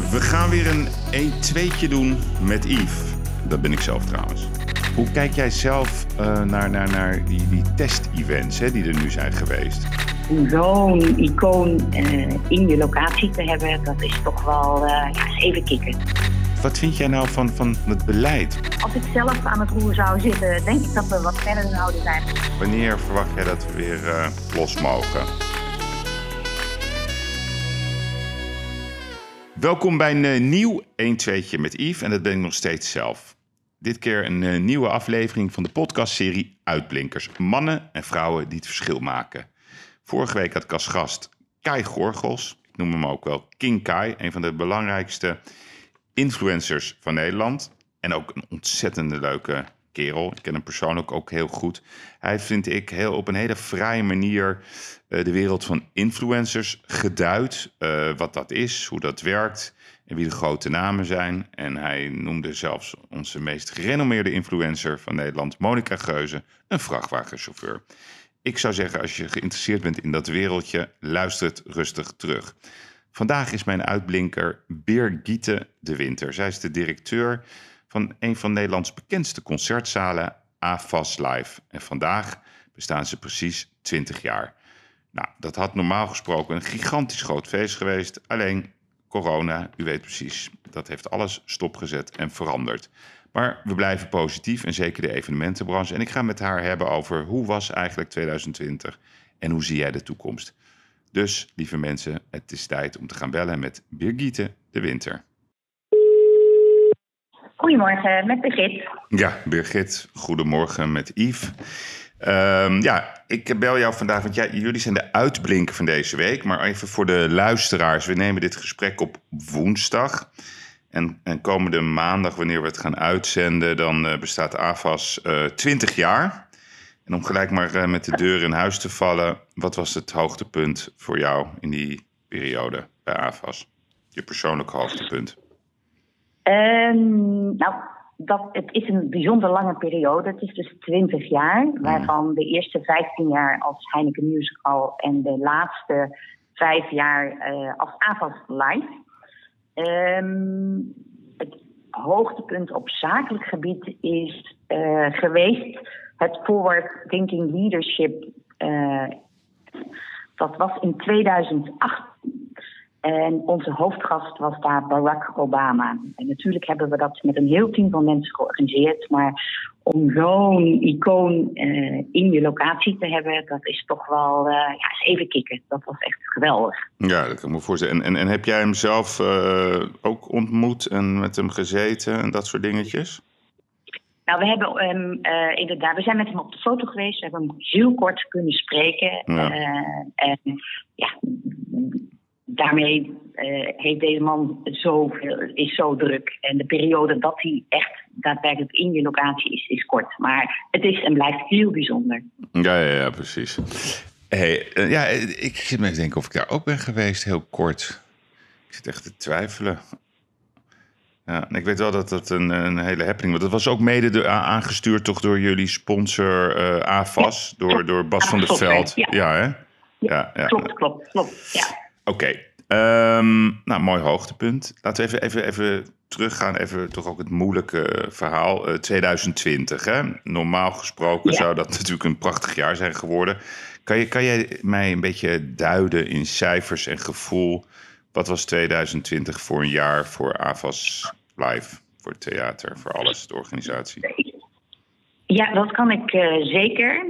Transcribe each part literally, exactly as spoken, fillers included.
We gaan weer een een tweetje doen met Yves. Dat ben ik zelf trouwens. Hoe kijk jij zelf uh, naar, naar, naar die, die test-events hè, die er nu zijn geweest? Om zo'n icoon uh, in je locatie te hebben, dat is toch wel uh, ja, eens even kicken. Wat vind jij nou van, van het beleid? Als ik zelf aan het roer zou zitten, denk ik dat we wat verder zouden zijn. Wanneer verwacht jij dat we weer uh, los mogen? Welkom bij een uh, nieuw een tweetje met Yves en dat ben ik nog steeds zelf. Dit keer een uh, nieuwe aflevering van de podcastserie Uitblinkers. Mannen en vrouwen die het verschil maken. Vorige week had ik als gast Kai Gorgels. Ik noem hem ook wel King Kai. Een van de belangrijkste influencers van Nederland. En ook een ontzettende leuke kerel. Ik ken hem persoonlijk ook heel goed. Hij vind ik heel, op een hele fraaie manier uh, de wereld van influencers geduid. Uh, wat dat is, hoe dat werkt en wie de grote namen zijn. En hij noemde zelfs onze meest gerenommeerde influencer van Nederland, Monica Geuze, een vrachtwagenchauffeur. Ik zou zeggen, als je geïnteresseerd bent in dat wereldje, luister het rustig terug. Vandaag is mijn uitblinker Birgitte de Winter. Zij is de directeur van een van Nederlands bekendste concertzalen, A F A S Live. En vandaag bestaan ze precies twintig jaar. Nou, dat had normaal gesproken een gigantisch groot feest geweest. Alleen corona, u weet precies, dat heeft alles stopgezet en veranderd. Maar we blijven positief en zeker de evenementenbranche. En ik ga met haar hebben over hoe was eigenlijk twintig twintig en hoe zie jij de toekomst. Dus, lieve mensen, het is tijd om te gaan bellen met Birgitte de Winter. Goedemorgen, met Birgit. Ja, Birgit, goedemorgen met Yves. Um, ja, ik bel jou vandaag, want jij, jullie zijn de uitblinker van deze week. Maar even voor de luisteraars, we nemen dit gesprek op woensdag. En, en komende maandag, wanneer we het gaan uitzenden, dan uh, bestaat A F A S uh, twintig jaar. En om gelijk maar uh, met de deur in huis te vallen, wat was het hoogtepunt voor jou in die periode bij A F A S? Je persoonlijke hoogtepunt? Um, nou, dat, het is een bijzonder lange periode. Het is dus twintig jaar, waarvan de eerste vijftien jaar als Heineken Musical en de laatste vijf jaar uh, als A F A S Live. Um, het hoogtepunt op zakelijk gebied is uh, geweest het Forward Thinking Leadership. Uh, dat was in tweeduizend acht. En onze hoofdgast was daar Barack Obama. En natuurlijk hebben we dat met een heel team van mensen georganiseerd. Maar om zo'n icoon uh, in je locatie te hebben, dat is toch wel uh, ja, eens even kicken. Dat was echt geweldig. Ja, dat kan ik me voorstellen. En, en, en heb jij hem zelf uh, ook ontmoet en met hem gezeten en dat soort dingetjes? Nou, we hebben um, uh, inderdaad, we zijn met hem op de foto geweest. We hebben hem heel kort kunnen spreken. Ja. Uh, en ja, daarmee uh, heeft deze man zoveel, is zo druk. En de periode dat hij echt daadwerkelijk in je locatie is, is kort. Maar het is en blijft heel bijzonder. Ja, ja, ja, precies. Hey, uh, ja, ik zit me te denken of ik daar ook ben geweest, heel kort. Ik zit echt te twijfelen. Ja, en ik weet wel dat dat een, een hele happening was. Dat was ook mede de, aangestuurd toch door jullie sponsor uh, A F A S, ja, door, door Bas ja, van der Veld. Ja, ja, hè? Ja, ja, ja. Klopt, klopt, klopt. Ja. Oké, okay. um, nou, mooi hoogtepunt. Laten we even, even, even teruggaan, even toch ook het moeilijke verhaal. Uh, twintig twintig, hè? Normaal gesproken ja. zou dat natuurlijk een prachtig jaar zijn geworden. Kan, je, kan jij mij een beetje duiden in cijfers en gevoel? Wat was twintig twintig voor een jaar voor A F A S Live, voor het theater, voor alles, de organisatie? Ja, dat kan ik uh, zeker.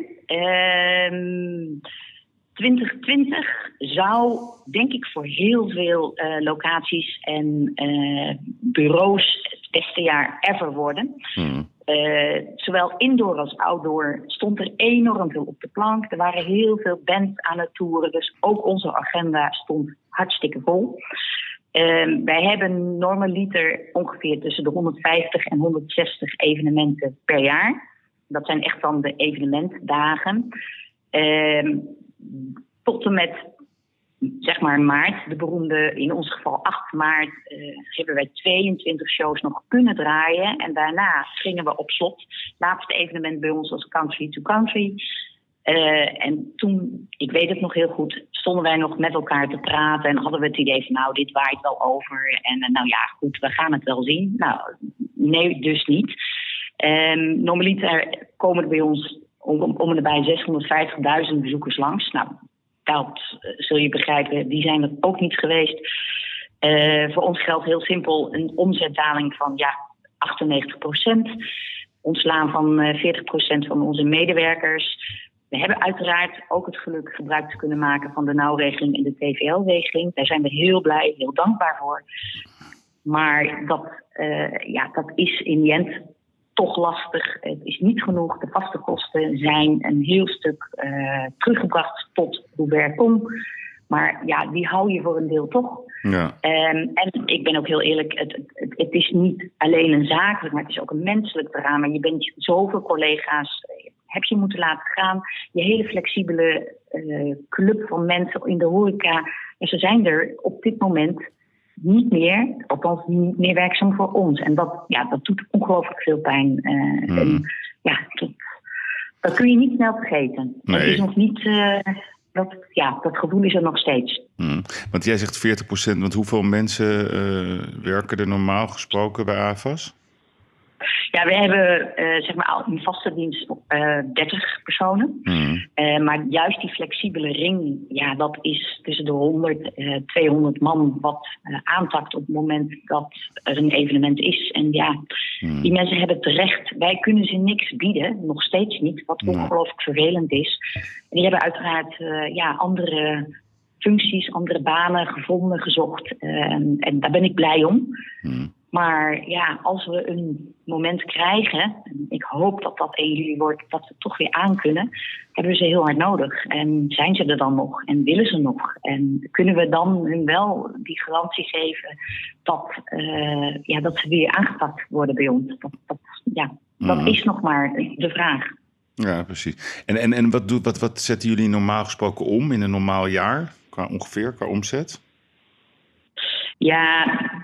Uh, twintig twintig zou, denk ik, voor heel veel uh, locaties en uh, bureaus het beste jaar ever worden. Hmm. Uh, zowel indoor als outdoor stond er enorm veel op de plank. Er waren heel veel bands aan het toeren, dus ook onze agenda stond hartstikke vol. Uh, wij hebben normaliter ongeveer tussen de honderdvijftig en honderdzestig evenementen per jaar. Dat zijn echt dan de evenementdagen. Uh, tot en met, zeg maar, maart, de beroemde, in ons geval acht maart, uh, hebben wij tweeëntwintig shows nog kunnen draaien. En daarna gingen we op slot. Laatste evenement bij ons was Country to Country. Uh, en toen, ik weet het nog heel goed, stonden wij nog met elkaar te praten en hadden we het idee van nou, dit waait wel over. En uh, nou ja, goed, we gaan het wel zien. Nou, nee, dus niet. Um, normaliter komen er bij ons om, om en nabij zeshonderdvijftigduizend bezoekers langs. Nou, dat uh, zul je begrijpen, die zijn er ook niet geweest. Uh, voor ons geldt heel simpel een omzetdaling van ja, achtennegentig procent. Ontslaan van uh, veertig procent van onze medewerkers. We hebben uiteraard ook het geluk gebruik te kunnen maken van de nauwregeling en de T V L-regeling. Daar zijn we heel blij, heel dankbaar voor. Maar dat, uh, ja, dat is in die end toch lastig. Het is niet genoeg. De vaste kosten zijn een heel stuk uh, teruggebracht tot Hubert-Tom. Maar ja, die hou je voor een deel toch. Ja. Um, en ik ben ook heel eerlijk, het, het, het is niet alleen een zakelijk, maar het is ook een menselijk drama. Je bent zoveel collega's, heb je moeten laten gaan. Je hele flexibele uh, club van mensen in de horeca. En ze zijn er op dit moment niet meer, althans niet meer werkzaam voor ons. En dat, ja, dat doet ongelooflijk veel pijn. Uh, mm. en, ja, dat, dat kun je niet snel vergeten. Nee. Het is nog niet... Uh, Dat, ja, dat gevoel is er nog steeds. Hmm. Want jij zegt veertig procent, want hoeveel mensen uh, werken er normaal gesproken bij A F A S? Ja, we hebben uh, zeg maar in vaste dienst uh, dertig personen. Hmm. Uh, maar juist die flexibele ring, ja, dat is tussen de honderd, uh, tweehonderd man wat uh, aantakt op het moment dat er een evenement is. En ja, hmm. die mensen hebben terecht. Wij kunnen ze niks bieden, nog steeds niet, wat hmm. ongelooflijk vervelend is. En die hebben uiteraard uh, ja, andere functies, andere banen gevonden, gezocht. Uh, en, en daar ben ik blij om. Hmm. Maar ja, als we een moment krijgen, en ik hoop dat dat één juli wordt, dat we toch weer aan kunnen, hebben we ze heel hard nodig. En zijn ze er dan nog? En willen ze nog? En kunnen we dan hun wel die garantie geven dat, uh, ja, dat ze weer aangepakt worden bij ons? Dat, dat, ja, dat mm. is nog maar de vraag. Ja, precies. En, en, en wat, doet, wat, wat zetten jullie normaal gesproken om in een normaal jaar, qua ongeveer, qua omzet? Ja,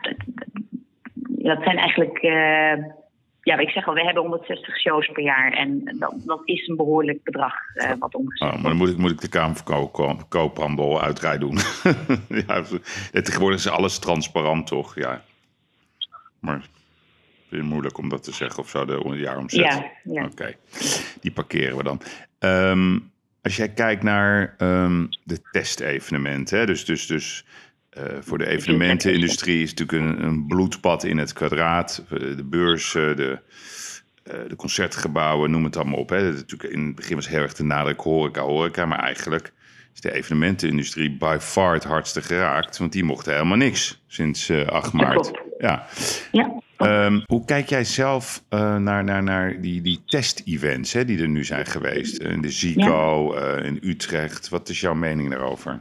dat zijn eigenlijk, uh, ja, ik zeg al, we hebben honderdzestig shows per jaar. En dat, dat is een behoorlijk bedrag uh, wat omgezet wordt. Oh, maar dan moet ik, moet ik de Kamer van Koophandel uitrij doen. Ja, tegenwoordig is alles transparant, toch? Ja. Maar het is moeilijk om dat te zeggen of zo, de jaaromzet. Ja, ja. Oké, okay. Die parkeren we dan. Um, als jij kijkt naar um, de testevenementen, hè, dus... dus, dus Uh, voor de evenementenindustrie is het natuurlijk een, een bloedbad in het kwadraat. De beurzen, de, uh, de concertgebouwen, noem het allemaal op. Hè. Dat natuurlijk in het begin was heel erg de nadruk horeca, horeca. Maar eigenlijk is de evenementenindustrie by far het hardste geraakt. Want die mochten helemaal niks sinds uh, acht maart. Ja. Ja. Um, hoe kijk jij zelf uh, naar, naar, naar die, die test-events hè, die er nu zijn geweest? In de Zico, ja. uh, in Utrecht. Wat is jouw mening daarover?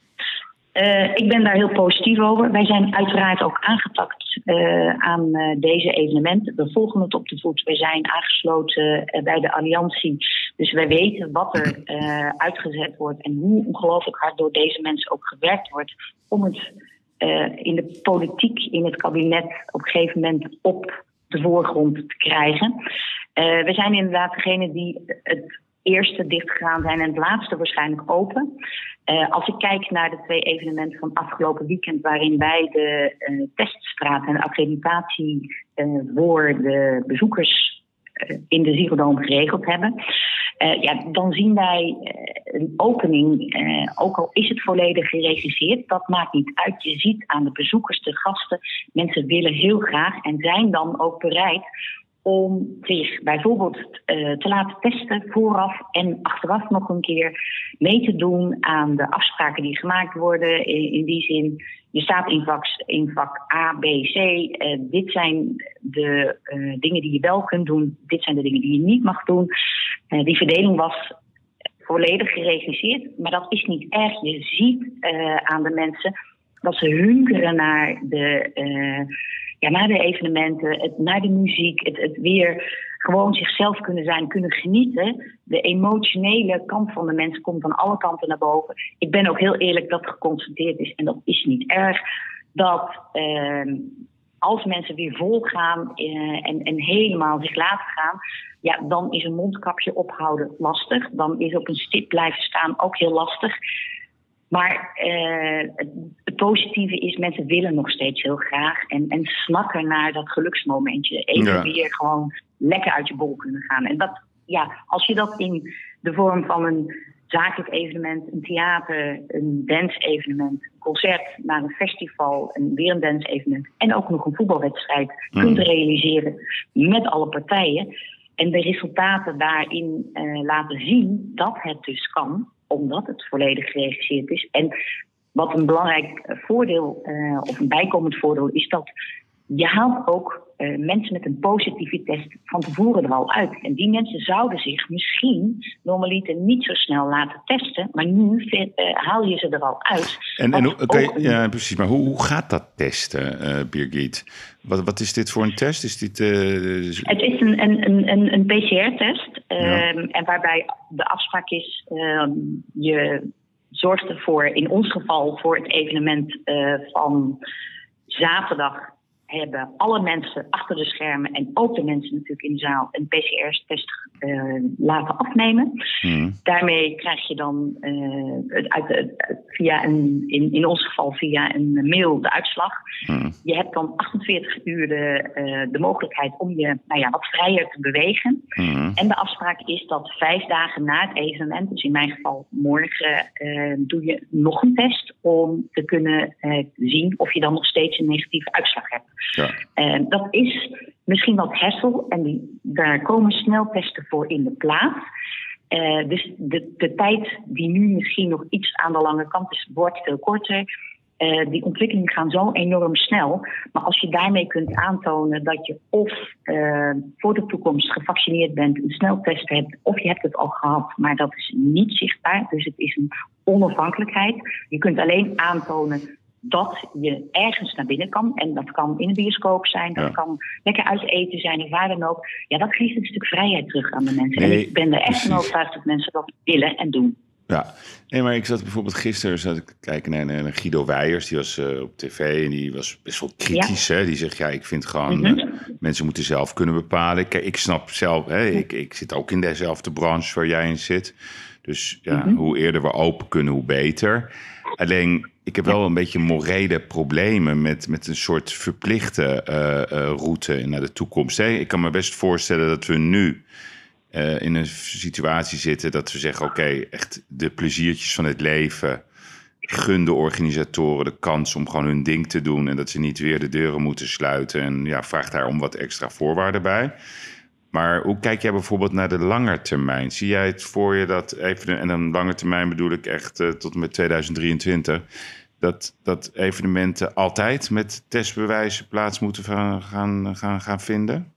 Uh, ik ben daar heel positief over. Wij zijn uiteraard ook aangetakt uh, aan uh, deze evenementen. We volgen het op de voet. We zijn aangesloten uh, bij de Alliantie. Dus wij weten wat er uh, uitgezet wordt en hoe ongelooflijk hard door deze mensen ook gewerkt wordt om het uh, in de politiek, in het kabinet op een gegeven moment op de voorgrond te krijgen. Uh, we zijn inderdaad degene die het eerste dichtgegaan zijn en het laatste waarschijnlijk open. Uh, als ik kijk naar de twee evenementen van afgelopen weekend, waarin wij de uh, teststraat en de accreditatie uh, voor de bezoekers uh, in de Ziggo Dome geregeld hebben, uh, ja, dan zien wij uh, een opening, uh, ook al is het volledig geregisseerd, dat maakt niet uit. Je ziet aan de bezoekers, de gasten, mensen willen heel graag en zijn dan ook bereid om zich bijvoorbeeld uh, te laten testen vooraf en achteraf nog een keer mee te doen aan de afspraken die gemaakt worden. In, in die zin, je staat in vak, in vak A, B, C. Uh, dit zijn de uh, dingen die je wel kunt doen. Dit zijn de dingen die je niet mag doen. Uh, die verdeling was volledig geregisseerd, maar dat is niet erg. Je ziet uh, aan de mensen dat ze hunkeren naar de... Uh, Ja, naar de evenementen, het, naar de muziek, het, het weer gewoon zichzelf kunnen zijn, kunnen genieten. De emotionele kant van de mensen komt van alle kanten naar boven. Ik ben ook heel eerlijk dat geconstateerd is, en dat is niet erg, dat uh, als mensen weer vol gaan uh, en, en helemaal zich laten gaan, ja, dan is een mondkapje ophouden lastig. Dan is op een stip blijven staan ook heel lastig. Maar uh, het, het positieve is, mensen willen nog steeds heel graag en, en snakken naar dat geluksmomentje. Even ja. weer gewoon lekker uit je bol kunnen gaan. En dat, ja, als je dat in de vorm van een zakelijk evenement, een theater, een dance-evenement, een concert, naar een festival, een weer een dance-evenement en ook nog een voetbalwedstrijd mm. kunt realiseren met alle partijen en de resultaten daarin uh, laten zien dat het dus kan, omdat het volledig geregisseerd is. En wat een belangrijk voordeel uh, of een bijkomend voordeel is dat je haalt ook uh, mensen met een positieve test van tevoren er al uit. En die mensen zouden zich misschien normaliter niet zo snel laten testen. Maar nu uh, haal je ze er al uit. En, en okay, een... ja, precies. Maar hoe, hoe gaat dat testen, uh, Birgit? Wat, wat is dit voor een test? Is dit, uh... Het is een, een, een, een P C R-test. Uh, ja. En waarbij de afspraak is, uh, je zorgt ervoor, in ons geval voor het evenement uh, van zaterdag, hebben alle mensen achter de schermen en ook de mensen natuurlijk in de zaal een P C R-test uh, laten afnemen. Mm. Daarmee krijg je dan uh, uit de, via een, in, in ons geval via een mail de uitslag. Mm. Je hebt dan achtenveertig uur de, uh, de mogelijkheid om je nou ja, wat vrijer te bewegen. Mm. En de afspraak is dat vijf dagen na het evenement, dus in mijn geval morgen, uh, doe je nog een test om te kunnen uh, zien of je dan nog steeds een negatieve uitslag hebt. Ja. Uh, dat is misschien wat hassle en die, daar komen sneltesten voor in de plaats. Uh, dus de, de tijd die nu misschien nog iets aan de lange kant is, wordt veel korter. Uh, die ontwikkelingen gaan zo enorm snel. Maar als je daarmee kunt aantonen dat je of uh, voor de toekomst gevaccineerd bent, een sneltest hebt, of je hebt het al gehad, maar dat is niet zichtbaar. Dus het is een onafhankelijkheid. Je kunt alleen aantonen dat je ergens naar binnen kan. En dat kan in een bioscoop zijn, dat ja. kan lekker uit eten zijn of waar dan ook. Ja, dat geeft een stuk vrijheid terug aan de mensen. Nee, en ik ben er echt van overtuigd dat mensen dat willen en doen. Ja, nee, maar ik zat bijvoorbeeld gisteren zat ik te kijken naar, naar Guido Weijers. Die was uh, op tv en die was best wel kritisch. Ja. Hè? Die zegt, ja, ik vind gewoon, mm-hmm. uh, mensen moeten zelf kunnen bepalen. Kijk, ik snap zelf, hè, ik, ik zit ook in dezelfde branche waar jij in zit. Dus ja, mm-hmm. hoe eerder we open kunnen, hoe beter. Alleen, ik heb wel een beetje morele problemen met, met een soort verplichte uh, uh, route naar de toekomst. Hè? Ik kan me best voorstellen dat we nu uh, in een situatie zitten dat we zeggen, oké, okay, echt de pleziertjes van het leven, gun de organisatoren de kans om gewoon hun ding te doen en dat ze niet weer de deuren moeten sluiten en ja, vraag daar om wat extra voorwaarden bij. Maar hoe kijk jij bijvoorbeeld naar de lange termijn? Zie jij het voor je dat even, en dan lange termijn bedoel ik echt uh, tot en met tweeduizend drieëntwintig... Dat, dat evenementen altijd met testbewijzen plaats moeten gaan, gaan, gaan, gaan vinden?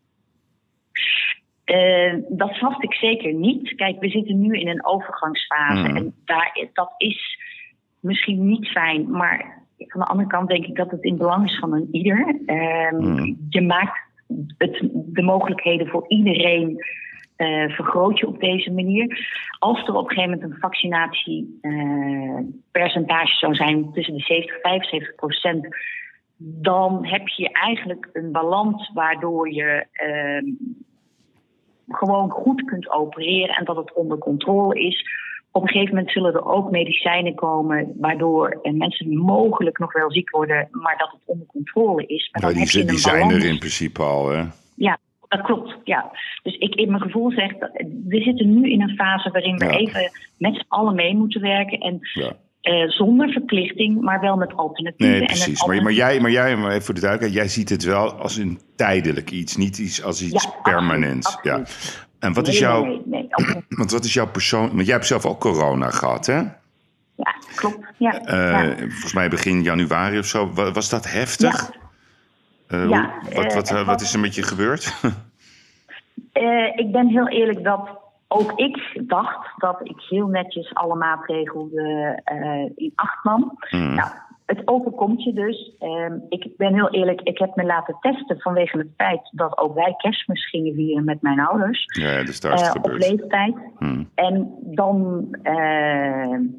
Uh, dat verwacht ik zeker niet. Kijk, we zitten nu in een overgangsfase. Mm. En daar, dat is misschien niet fijn. Maar van de andere kant denk ik dat het in belang is van een ieder. Uh, mm. Je maakt het, de mogelijkheden voor iedereen Uh, vergroot je op deze manier. Als er op een gegeven moment een vaccinatiepercentage uh, zou zijn tussen de zeventig en vijfenzeventig procent, dan heb je eigenlijk een balans waardoor je uh, gewoon goed kunt opereren en dat het onder controle is. Op een gegeven moment zullen er ook medicijnen komen waardoor uh, mensen mogelijk nog wel ziek worden, maar dat het onder controle is. Maar ja, dan die heb je die een zijn balans. Er in principe al, hè? Ja. Dat klopt, ja. Dus ik in mijn gevoel zeg, we zitten nu in een fase waarin we ja. even met z'n allen mee moeten werken. En ja. uh, zonder verplichting, maar wel met alternatieven. Nee, precies. En alternatief... maar, maar jij, maar jij, maar even voor de duidelijkheid, jij ziet het wel als een tijdelijk iets, niet iets als iets ja, permanents. Absoluut, absoluut. Ja. En wat nee, is jouw, nee, nee, nee, want wat is jouw persoon? Want jij hebt zelf ook corona gehad, hè? Ja, klopt. Ja, uh, ja. Volgens mij begin januari of zo. Was dat heftig? Ja. Uh, ja, wat, wat, uh, wat is er met je gebeurd? uh, ik ben heel eerlijk dat ook ik dacht dat ik heel netjes alle maatregelen uh, in acht nam. Mm. Nou, het overkomt je dus. Uh, ik ben heel eerlijk, ik heb me laten testen vanwege het feit dat ook wij Kerstmis gingen vieren met mijn ouders. Ja, dus daar is het uh, gebeurd. Op leeftijd. Mm. En dan... Uh,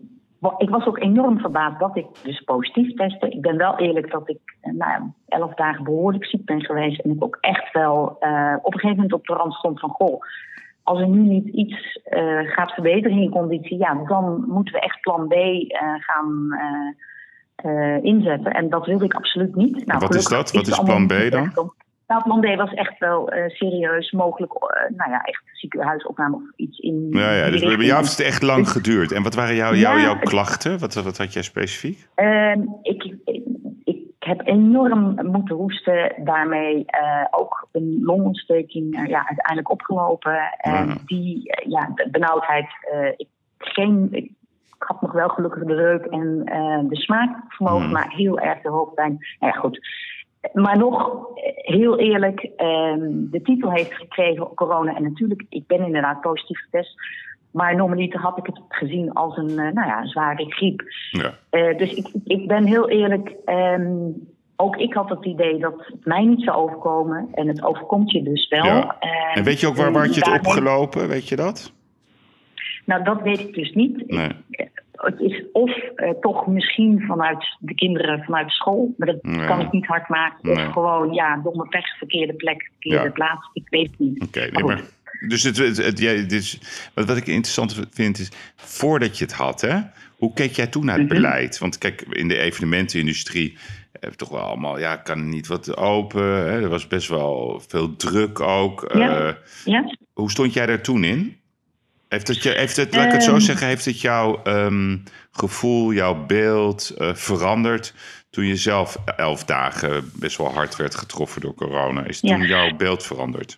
ik was ook enorm verbaasd dat ik dus positief testte. Ik ben wel eerlijk dat ik nou ja, elf dagen behoorlijk ziek ben geweest. En ik ook echt wel uh, op een gegeven moment op de rand stond van... goh, als er nu niet iets uh, gaat verbeteren in je conditie... ja, dan moeten we echt plan B uh, gaan uh, uh, inzetten. En dat wilde ik absoluut niet. Nou, wat is dat? Wat is plan B dan? Nou, plan B was echt wel uh, serieus mogelijk, uh, nou ja, echt ziekenhuisopname of iets in... Ja, ja, dus bij jou heeft het echt lang geduurd. En wat waren jou, jou, jouw klachten? Wat, wat had jij specifiek? Uh, ik, ik, ik heb enorm moeten hoesten, daarmee uh, ook een longontsteking uh, ja, uiteindelijk opgelopen. En ja. die, uh, ja, de benauwdheid, uh, ik, geen... Ik, Ik had nog wel gelukkig de reuk en uh, de smaakvermogen, hmm. maar heel erg de hoofdpijn. Nou ja, goed. Maar nog, heel eerlijk, um, de titel heeft gekregen corona. En natuurlijk, ik ben inderdaad positief getest. Maar normaliter had ik het gezien als een, uh, nou ja, een zware griep. Ja. Uh, dus ik, ik ben heel eerlijk, um, ook ik had het idee dat het mij niet zou overkomen. En het overkomt je dus wel. Ja. Uh, en weet je ook waar, waar je het opgelopen, weet je dat? Nou, dat weet ik dus niet. Nee. Ik, het is of uh, toch misschien vanuit de kinderen vanuit school, maar dat nee. kan ik niet hard maken. Nee. Of gewoon, ja, domme pech, verkeerde plek, verkeerde ja. plaats. Ik weet het niet. Oké, okay, nee, maar... Dus het, het, het, ja, dus, wat, wat ik interessant vind is, voordat je het had, hè, hoe keek jij toen naar het mm-hmm. beleid? Want kijk, in de evenementenindustrie hebben we toch wel allemaal, ja, kan niet wat open. Hè? Er was best wel veel druk ook. Ja. Uh, ja. Hoe stond jij daar toen in? Heeft het, je, heeft het, laat ik het zo zeggen, heeft het jouw um, gevoel, jouw beeld uh, veranderd toen je zelf elf dagen best wel hard werd getroffen door corona? Is toen ja. jouw beeld veranderd?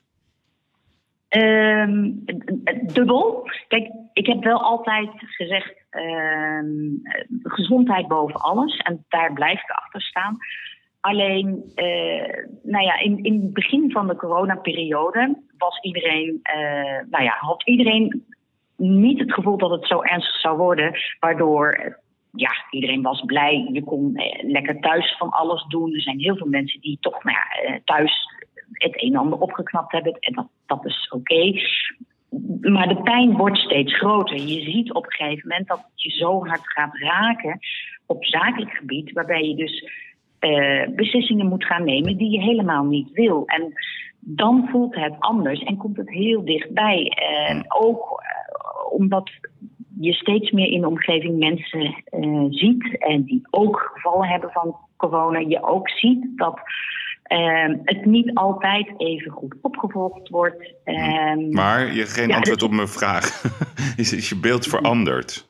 Um, dubbel. Kijk, ik heb wel altijd gezegd, um, gezondheid boven alles. En daar blijf ik achter staan. Alleen, uh, nou ja, in, in het begin van de coronaperiode was iedereen, uh, nou ja, had iedereen niet het gevoel dat het zo ernstig zou worden, waardoor, ja, iedereen was blij. Je kon eh, lekker thuis van alles doen. Er zijn heel veel mensen die toch, nou ja, eh, thuis het een en ander opgeknapt hebben. En dat, dat is oké. Okay. Maar de pijn wordt steeds groter. Je ziet op een gegeven moment dat het je zo hard gaat raken op zakelijk gebied, waarbij je dus uh, beslissingen moet gaan nemen die je helemaal niet wil. En dan voelt het anders en komt het heel dichtbij. En ook uh, omdat je steeds meer in de omgeving mensen uh, ziet en die ook gevallen hebben van corona. Je ook ziet dat uh, het niet altijd even goed opgevolgd wordt. Uh, maar je geen ja, antwoord op mijn vraag. is, is je beeld veranderd?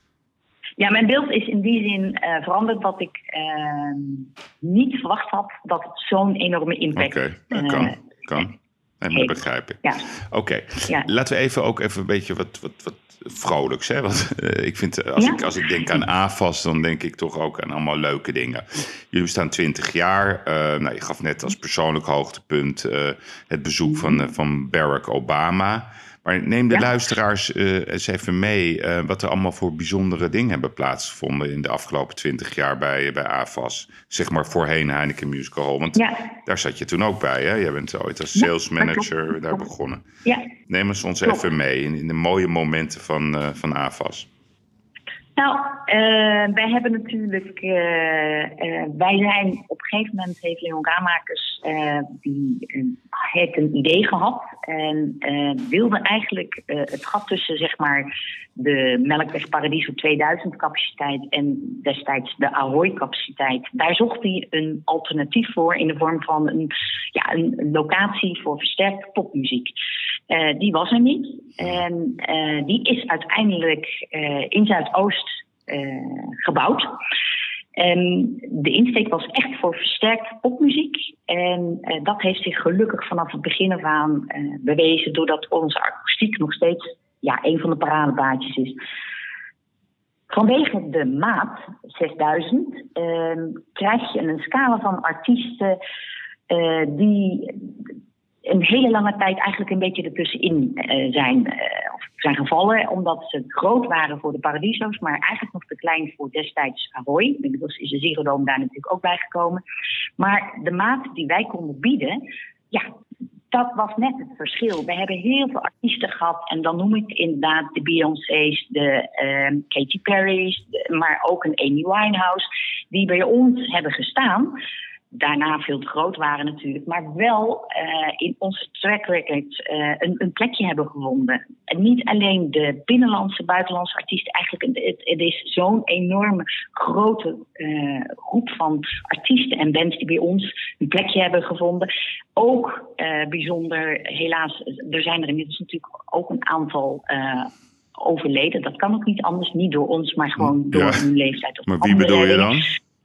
Ja, mijn beeld is in die zin uh, veranderd dat ik uh, niet verwacht had dat het zo'n enorme impact Oké, okay. ja, kan. Uh, kan. Nee, dat begrijp ik. Ja. Oké, okay. ja. Laten we even ook even een beetje wat, wat, wat vrolijks. Hè? Want, uh, ik vind, als, ja? ik, als ik denk aan A F A S, dan denk ik toch ook aan allemaal leuke dingen. Jullie staan twintig jaar. Uh, nou, je gaf net als persoonlijk hoogtepunt uh, het bezoek van, uh, van Barack Obama. Maar neem de ja? luisteraars uh, eens even mee uh, wat er allemaal voor bijzondere dingen hebben plaatsgevonden in de afgelopen twintig jaar bij, bij A F A S. Zeg maar voorheen Heineken Musical Hall. Want ja. daar zat je toen ook bij, hè? Jij bent ooit als sales manager ja, daar begonnen. Ja. Neem eens ons klopt. even mee in, in de mooie momenten van, uh, van A F A S. Nou, uh, wij hebben natuurlijk, uh, uh, wij zijn op een gegeven moment, heeft Leon Ramakers, uh, die uh, heeft een idee gehad en uh, wilde eigenlijk uh, het gat tussen, zeg maar, de Melkweg Paradiso tweeduizend capaciteit en destijds de Ahoy capaciteit. Daar zocht hij een alternatief voor in de vorm van een, ja, een locatie voor versterkte popmuziek. Uh, die was er niet. En uh, die is uiteindelijk uh, in Zuidoost uh, gebouwd. En de insteek was echt voor versterkte popmuziek. En uh, dat heeft zich gelukkig vanaf het begin af aan uh, bewezen, doordat onze akoestiek nog steeds ja, een van de paradepaadjes is. Vanwege de maat, zesduizend, uh, krijg je een scala van artiesten uh, die een hele lange tijd eigenlijk een beetje ertussenin uh, zijn, uh, of zijn gevallen, omdat ze groot waren voor de Paradiso's, maar eigenlijk nog te klein voor destijds Ahoy. Inmiddels is de Ziggo Dome daar natuurlijk ook bij gekomen. Maar de maat die wij konden bieden, ja, dat was net het verschil. We hebben heel veel artiesten gehad. En dan noem ik inderdaad de Beyoncé's, de uh, Katy Perry's, de, maar ook een Amy Winehouse, die bij ons hebben gestaan. Daarna veel te groot waren natuurlijk, maar wel uh, in onze track record uh, een, een plekje hebben gevonden. En niet alleen de binnenlandse, buitenlandse artiesten. Eigenlijk, het, het is zo'n enorme grote uh, groep van artiesten en bands die bij ons een plekje hebben gevonden. Ook uh, bijzonder, helaas, er zijn er inmiddels natuurlijk ook een aantal uh, overleden. Dat kan ook niet anders, niet door ons, maar gewoon door ja. hun leeftijd. Of maar wie bedoel je dan?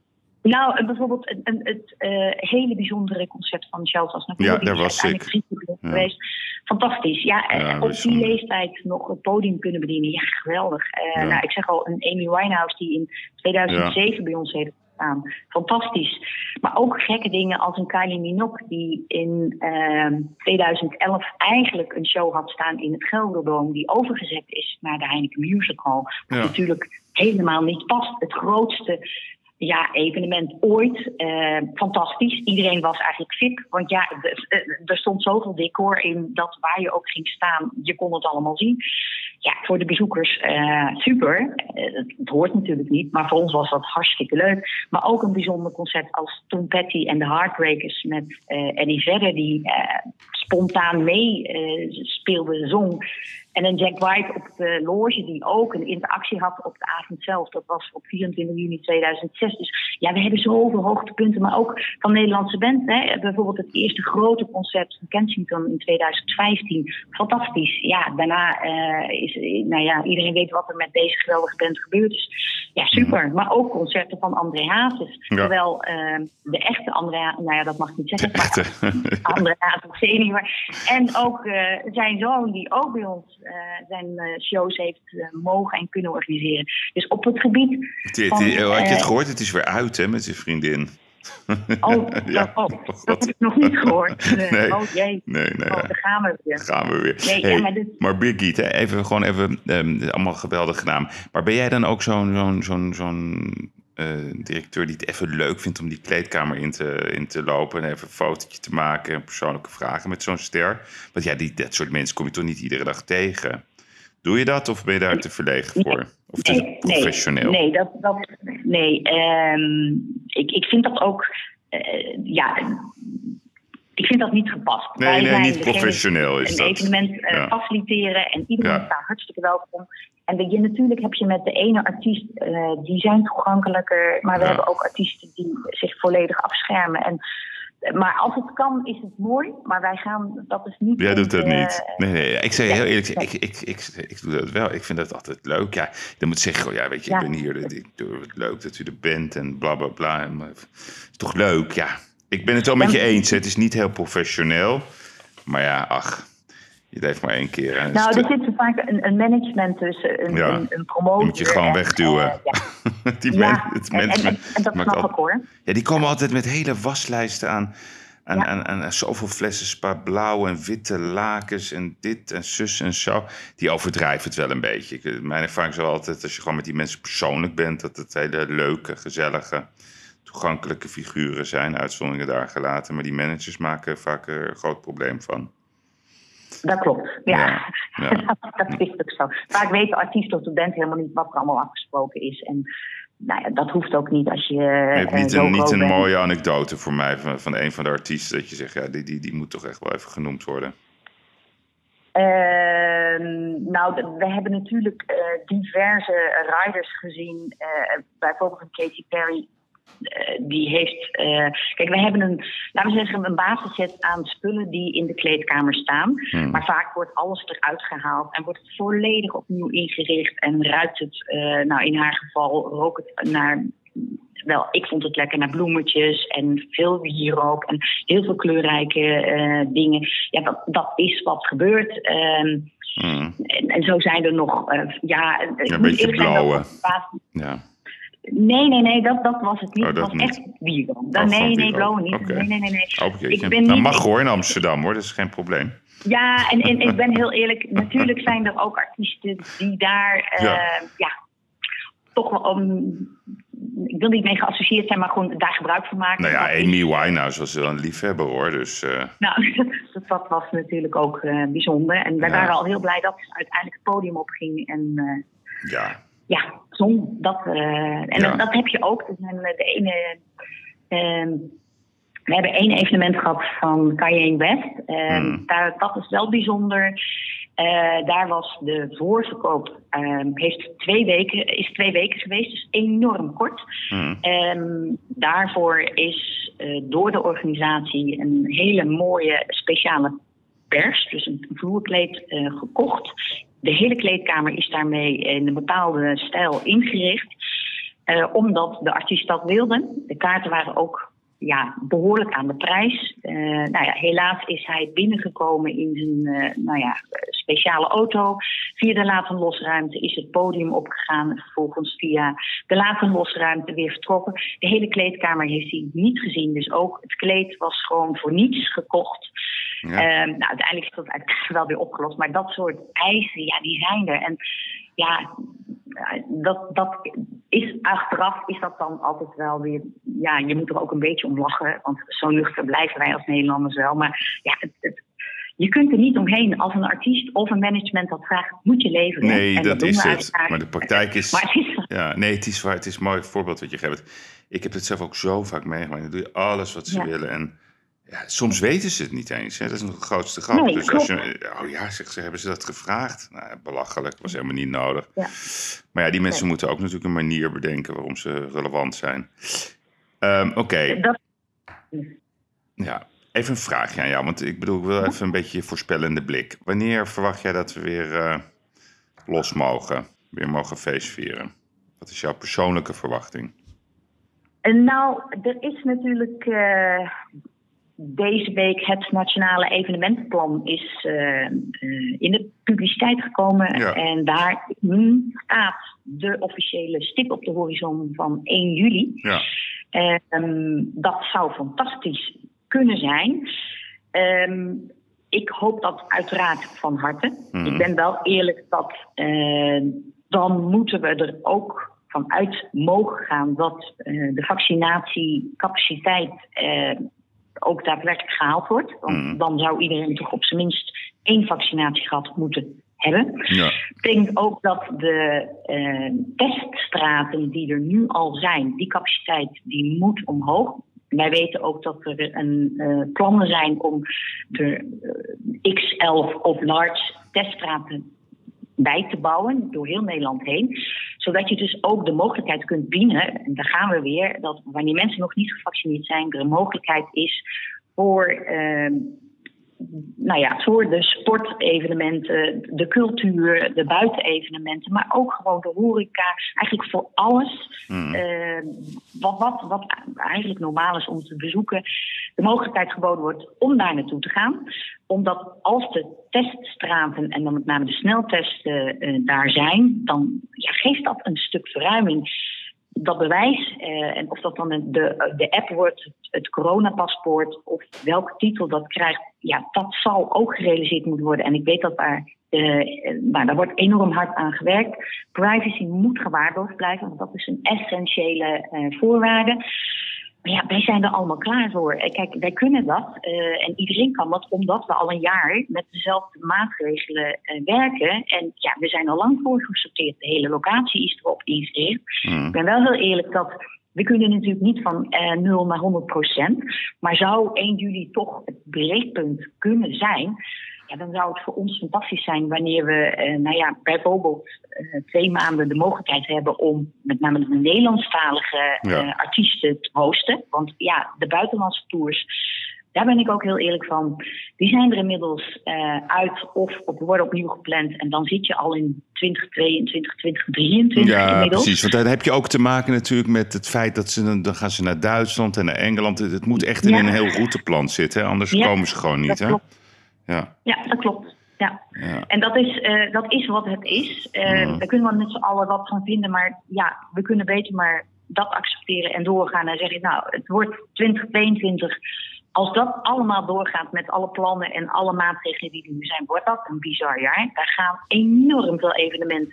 Nou, bijvoorbeeld het, het, het uh, hele bijzondere concert van Charles Aznavour. Ja, daar was ik. Ja. Geweest. Fantastisch. Ja, ja op die leeftijd nog het podium kunnen bedienen. Ja, geweldig. Uh, ja. Nou, ik zeg al, een Amy Winehouse die in tweeduizend zeven ja. bij ons heeft gestaan. Fantastisch. Maar ook gekke dingen als een Kylie Minogue die in uh, tweeduizend elf eigenlijk een show had staan in het Gelderdoom, die overgezet is naar de Heineken Musical. Wat ja. natuurlijk helemaal niet past. Het grootste Ja, evenement ooit. Uh, fantastisch. Iedereen was eigenlijk V I P. Want ja, er stond zoveel decor in dat waar je ook ging staan, je kon het allemaal zien. Ja, voor de bezoekers uh, super. Uh, het, het hoort natuurlijk niet, maar voor ons was dat hartstikke leuk. Maar ook een bijzonder concert als Tom Petty en de Heartbreakers met uh, Eddie Vedder, die uh, spontaan mee uh, speelde, zong. En een Jack White op de loge die ook een interactie had op de avond zelf. Dat was op vierentwintig juni tweeduizend zes. Dus ja, we hebben zoveel hoogtepunten. Maar ook van Nederlandse band. Hè. Bijvoorbeeld het eerste grote concert van Kensington in tweeduizend vijftien. Fantastisch. Ja, daarna uh, is, nou ja, iedereen weet wat er met deze geweldige band gebeurd is. Ja, super. Maar ook concerten van André Hazes. Ja. Terwijl uh, de echte André Hazes, nou ja, dat mag ik niet zeggen. Maar André Hazes senior. En ook uh, zijn zoon die ook bij ons Uh, zijn uh, shows heeft uh, mogen en kunnen organiseren. Dus op het gebied die, van, die, had je het gehoord? Het is weer uit, hè, met zijn vriendin. Oh, ja. oh, oh dat heb ik nog niet gehoord. Uh, nee. Oh jee, nee, nee, oh, daar gaan we weer. Gaan we weer. Nee, hey, ja, maar, dit... maar Birgit, hè, even gewoon even, um, allemaal geweldig gedaan. Maar ben jij dan ook zo'n, zo'n, zo'n, zo'n uh, directeur die het even leuk vindt om die kleedkamer in te, in te lopen en even een fotootje te maken en persoonlijke vragen met zo'n ster? Want ja, die, dat soort mensen kom je toch niet iedere dag tegen? Doe je dat of ben je daar te verlegen voor? Of te nee, professioneel? Nee, nee, dat, dat, nee um, ik, ik vind dat ook, uh, ja, ik vind dat niet gepast. Nee, Wij nee, niet professioneel is een dat. Een evenement uh, ja. faciliteren en iedereen ja. is daar hartstikke welkom. En je, natuurlijk heb je met de ene artiest, uh, die zijn toegankelijker, maar we ja. hebben ook artiesten die zich volledig afschermen. En maar als het kan, is het mooi. Maar wij gaan, dat is niet... Jij doet dat uh, niet. Nee, nee, ik zeg heel eerlijk, ik, ik, ik, ik doe dat wel. Ik vind dat altijd leuk. Ja, dan moet ik zeggen, oh ja, weet je, ja. ik ben hier. Ik doe het leuk dat u er bent en bla, bla, bla. Het is toch leuk, ja. Ik ben het wel met je eens. Het is niet heel professioneel. Maar ja, ach, je leeft maar één keer. En nou, er zit vaak een, een management tussen, een, ja. een, een promotor. Die moet je gewoon en, wegduwen. Uh, ja. die ja, man, het en, en, en, en dat snap al, ik hoor. Ja, die komen altijd met hele waslijsten aan. En, ja. en, en, en zoveel flessen Spa blauw en witte lakens en dit en zus en zo. Die overdrijven het wel een beetje. Ik, mijn ervaring is wel altijd, als je gewoon met die mensen persoonlijk bent, dat het hele leuke, gezellige, toegankelijke figuren zijn. Uitzonderingen daar gelaten. Maar die managers maken vaak er een groot probleem van. Dat klopt, ja. ja, ja. dat is ook zo. Vaak weten artiesten of studenten helemaal niet wat er allemaal afgesproken is. En nou ja, dat hoeft ook niet als je Je hebt niet uh, een, niet een bent. mooie anekdote voor mij van, van een van de artiesten dat je zegt, ja, die, die, die moet toch echt wel even genoemd worden. Uh, nou, we hebben natuurlijk uh, diverse riders gezien. Uh, bijvoorbeeld een Katy Perry. Uh, die heeft... Uh, kijk, we hebben een, laten we zeggen, een basisset aan spullen die in de kleedkamer staan. Hmm. Maar vaak wordt alles eruit gehaald en wordt het volledig opnieuw ingericht. En ruikt het, uh, nou in haar geval, rook het naar... Wel, ik vond het lekker naar bloemetjes en veel wierook en heel veel kleurrijke uh, dingen. Ja, dat, dat is wat gebeurt. Um, hmm. en, en zo zijn er nog... Uh, ja, ja, een beetje blauwe. Ja. Nee, nee, nee, dat, dat was het niet. Oh, het was niet. echt wierook. Oh, nee, nee, blauwe niet. Okay. Nee, nee, nee. nee. Oh, ik ben nou, niet... mag hoor in Amsterdam, hoor. Dat is geen probleem. Ja, en, en ik ben heel eerlijk. Natuurlijk zijn er ook artiesten die daar... Uh, ja. ja, toch wel... Um, ik wil niet mee geassocieerd zijn, maar gewoon daar gebruik van maken. Nou ja, Dat Amy is- Winehouse was wel een liefhebber hoor. Dus uh... Nou, dat, dat was natuurlijk ook uh, bijzonder. En wij Ja. waren al heel blij dat ze uiteindelijk het podium opging. En uh, ja, ja, zong. Dat, uh, en Ja. dat, dat heb je ook. Er zijn uh, de ene... Uh, we hebben één evenement gehad van Kanye West. Uh, Mm. daar, dat is wel bijzonder. Uh, daar was de voorverkoop uh, heeft twee weken, is twee weken geweest, dus enorm kort. Mm. Um, daarvoor is uh, door de organisatie een hele mooie speciale pers, dus een vloerkleed, uh, gekocht. De hele kleedkamer is daarmee in een bepaalde stijl ingericht, uh, omdat de artiest dat wilde. De kaarten waren ook ja, behoorlijk aan de prijs. Uh, nou ja, helaas is hij binnengekomen in zijn uh, nou ja, speciale auto. Via de laat- en losruimte is het podium opgegaan. Vervolgens via de laat- en losruimte weer vertrokken. De hele kleedkamer heeft hij niet gezien. Dus ook het kleed was gewoon voor niets gekocht. Ja. Uh, nou, uiteindelijk is dat uiteindelijk wel weer opgelost. Maar dat soort eisen, ja, die zijn er. En ja, dat, dat is achteraf is dat dan altijd wel weer... Ja, je moet er ook een beetje om lachen. Want zo nuchter blijven wij als Nederlanders wel. Maar ja, het, het, je kunt er niet omheen. Als een artiest of een management dat vraagt, moet je leveren. Nee, en dat, dat is doen het. Maar de praktijk is... Maar het is... Ja, nee, het is waar. Het is een mooi voorbeeld wat je geeft. Ik heb het zelf ook zo vaak meegemaakt. Dan doe je alles wat ze ja. willen. En ja, soms weten ze het niet eens. Hè? Dat is nog de grootste grap. Nee, dus als je, oh ja, zegt ze, hebben ze dat gevraagd? Nou, belachelijk. Was helemaal niet nodig. Ja. Maar ja, die mensen nee. moeten ook natuurlijk een manier bedenken waarom ze relevant zijn. Um, Oké. Okay. Dat... Ja, even een vraagje aan jou. Want ik bedoel, ik wil even een beetje je voorspellende blik. Wanneer verwacht jij dat we weer uh, los mogen? Weer mogen feestvieren? Wat is jouw persoonlijke verwachting? Nou, er is natuurlijk... Uh... Deze week het nationale evenementenplan is uh, uh, in de publiciteit gekomen. Ja. En daar staat de officiële stip op de horizon van één juli. Ja. Um, dat zou fantastisch kunnen zijn. Um, ik hoop dat uiteraard van harte. Mm. Ik ben wel eerlijk dat uh, dan moeten we er ook vanuit mogen gaan dat uh, de vaccinatiecapaciteit... Uh, ook daadwerkelijk gehaald wordt. Want mm. dan zou iedereen toch op zijn minst één vaccinatie gehad moeten hebben. Ja. Ik denk ook dat de uh, teststraten die er nu al zijn, die capaciteit die moet omhoog. Wij weten ook dat er een, uh, plannen zijn om de uh, X elf of large teststraten bij te bouwen door heel Nederland heen. Zodat je dus ook de mogelijkheid kunt bieden, en daar gaan we weer, dat wanneer mensen nog niet gevaccineerd zijn, er een mogelijkheid is voor, uh, nou ja, voor de sportevenementen, de cultuur, de buitenevenementen, maar ook gewoon de horeca, eigenlijk voor alles mm. uh, wat, wat, wat eigenlijk normaal is om te bezoeken, de mogelijkheid geboden wordt om daar naartoe te gaan. Omdat als de teststraten en dan met name de sneltesten uh, daar zijn, dan ja, geeft dat een stuk verruiming. Dat bewijs, uh, en of dat dan de, de app wordt, het, het coronapaspoort of welke titel dat krijgt, ja, dat zal ook gerealiseerd moeten worden. En ik weet dat daar, uh, nou, daar wordt enorm hard aan gewerkt. Privacy moet gewaarborgd blijven, want dat is een essentiële uh, voorwaarde. Maar ja, wij zijn er allemaal klaar voor. Kijk, wij kunnen dat uh, en iedereen kan dat, omdat we al een jaar met dezelfde maatregelen uh, werken. En ja, we zijn al lang voorgesorteerd. De hele locatie is erop ingericht. Mm. Ik ben wel heel eerlijk dat we kunnen natuurlijk niet van uh, nul naar honderd procent. Maar zou één juli toch het breekpunt kunnen zijn? Ja, dan zou het voor ons fantastisch zijn wanneer we uh, nou ja, bijvoorbeeld uh, twee maanden de mogelijkheid hebben om met name de Nederlandstalige uh, ja. artiesten te hosten. Want ja, de buitenlandse tours, daar ben ik ook heel eerlijk van. Die zijn er inmiddels uh, uit of op, worden opnieuw gepland. En dan zit je al in twintig tweeëntwintig, twintig drieëntwintig ja, inmiddels. Precies, want daar heb je ook te maken natuurlijk met het feit dat ze dan gaan ze naar Duitsland en naar Engeland. Het moet echt in ja. een heel routeplan zitten, hè? Anders ja, komen ze gewoon niet. Hè? Ja. ja, dat klopt. Ja. Ja. En dat is, uh, dat is wat het is. Uh, mm. Daar kunnen we met z'n allen wat van vinden. Maar ja, we kunnen beter maar dat accepteren en doorgaan. En zeggen, nou, het wordt twintig tweeëntwintig. Als dat allemaal doorgaat met alle plannen en alle maatregelen die er nu zijn, wordt dat een bizar jaar. Daar gaan enorm veel evenementen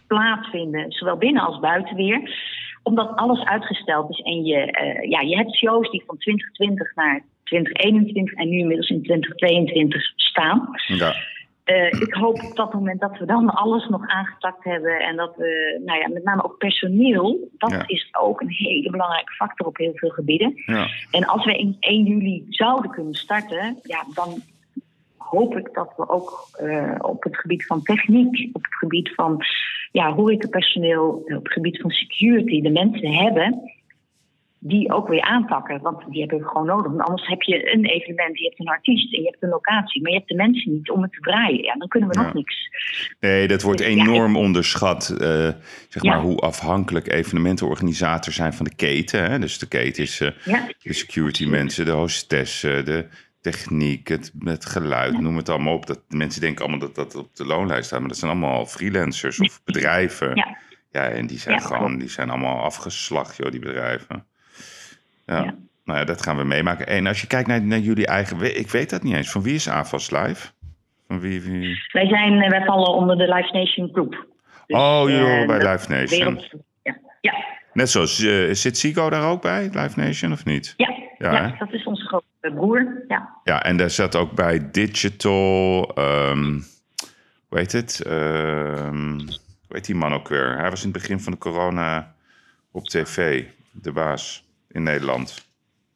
plaatsvinden, zowel binnen als buiten weer. Omdat alles uitgesteld is en je, uh, ja, je hebt shows die van twintig twintig naar twintig eenentwintig en nu inmiddels in twintig tweeëntwintig staan. Ja. Uh, ik hoop op dat moment dat we dan alles nog aangetakt hebben en dat we, nou ja, met name ook personeel, dat ja. is ook een hele belangrijke factor op heel veel gebieden. Ja. En als we in één juli zouden kunnen starten, ja, dan hoop ik dat we ook uh, op het gebied van techniek, op het gebied van ja, horecapersoneel, op het gebied van security, de mensen hebben die ook weer aanpakken. Want die hebben we gewoon nodig. Want anders heb je een evenement, je hebt een artiest en je hebt een locatie, maar je hebt de mensen niet om het te draaien. Ja, dan kunnen we ja. nog niks. Nee, dat wordt enorm ja, ik... onderschat. Uh, zeg maar ja. hoe afhankelijk evenementenorganisators zijn van de keten. Hè? Dus de keten is uh, ja. de security mensen, de hostessen, de techniek, het, het geluid, ja. noem het allemaal op. Dat, de mensen denken allemaal dat dat op de loonlijst staat, maar dat zijn allemaal freelancers of bedrijven. Ja, ja en die zijn ja, gewoon, klopt. die zijn allemaal afgeslacht, joh, die bedrijven. Ja. ja, nou ja, dat gaan we meemaken. En als je kijkt naar, naar jullie eigen... Ik weet dat niet eens. Van wie is A F A S Live? Van wie, wie... Wij, zijn, wij vallen onder de Live Nation groep. Dus, oh, jullie horen uh, bij Live Nation. Wereld, ja. ja. Net zoals... Uh, zit Zico daar ook bij, Live Nation, of niet? Ja, ja, ja dat is onze grote broer. Ja. ja, en daar zat ook bij Digital... Um, hoe heet het? Um, hoe heet die man ook weer? Hij was in het begin van de corona op tv, de baas. In Nederland?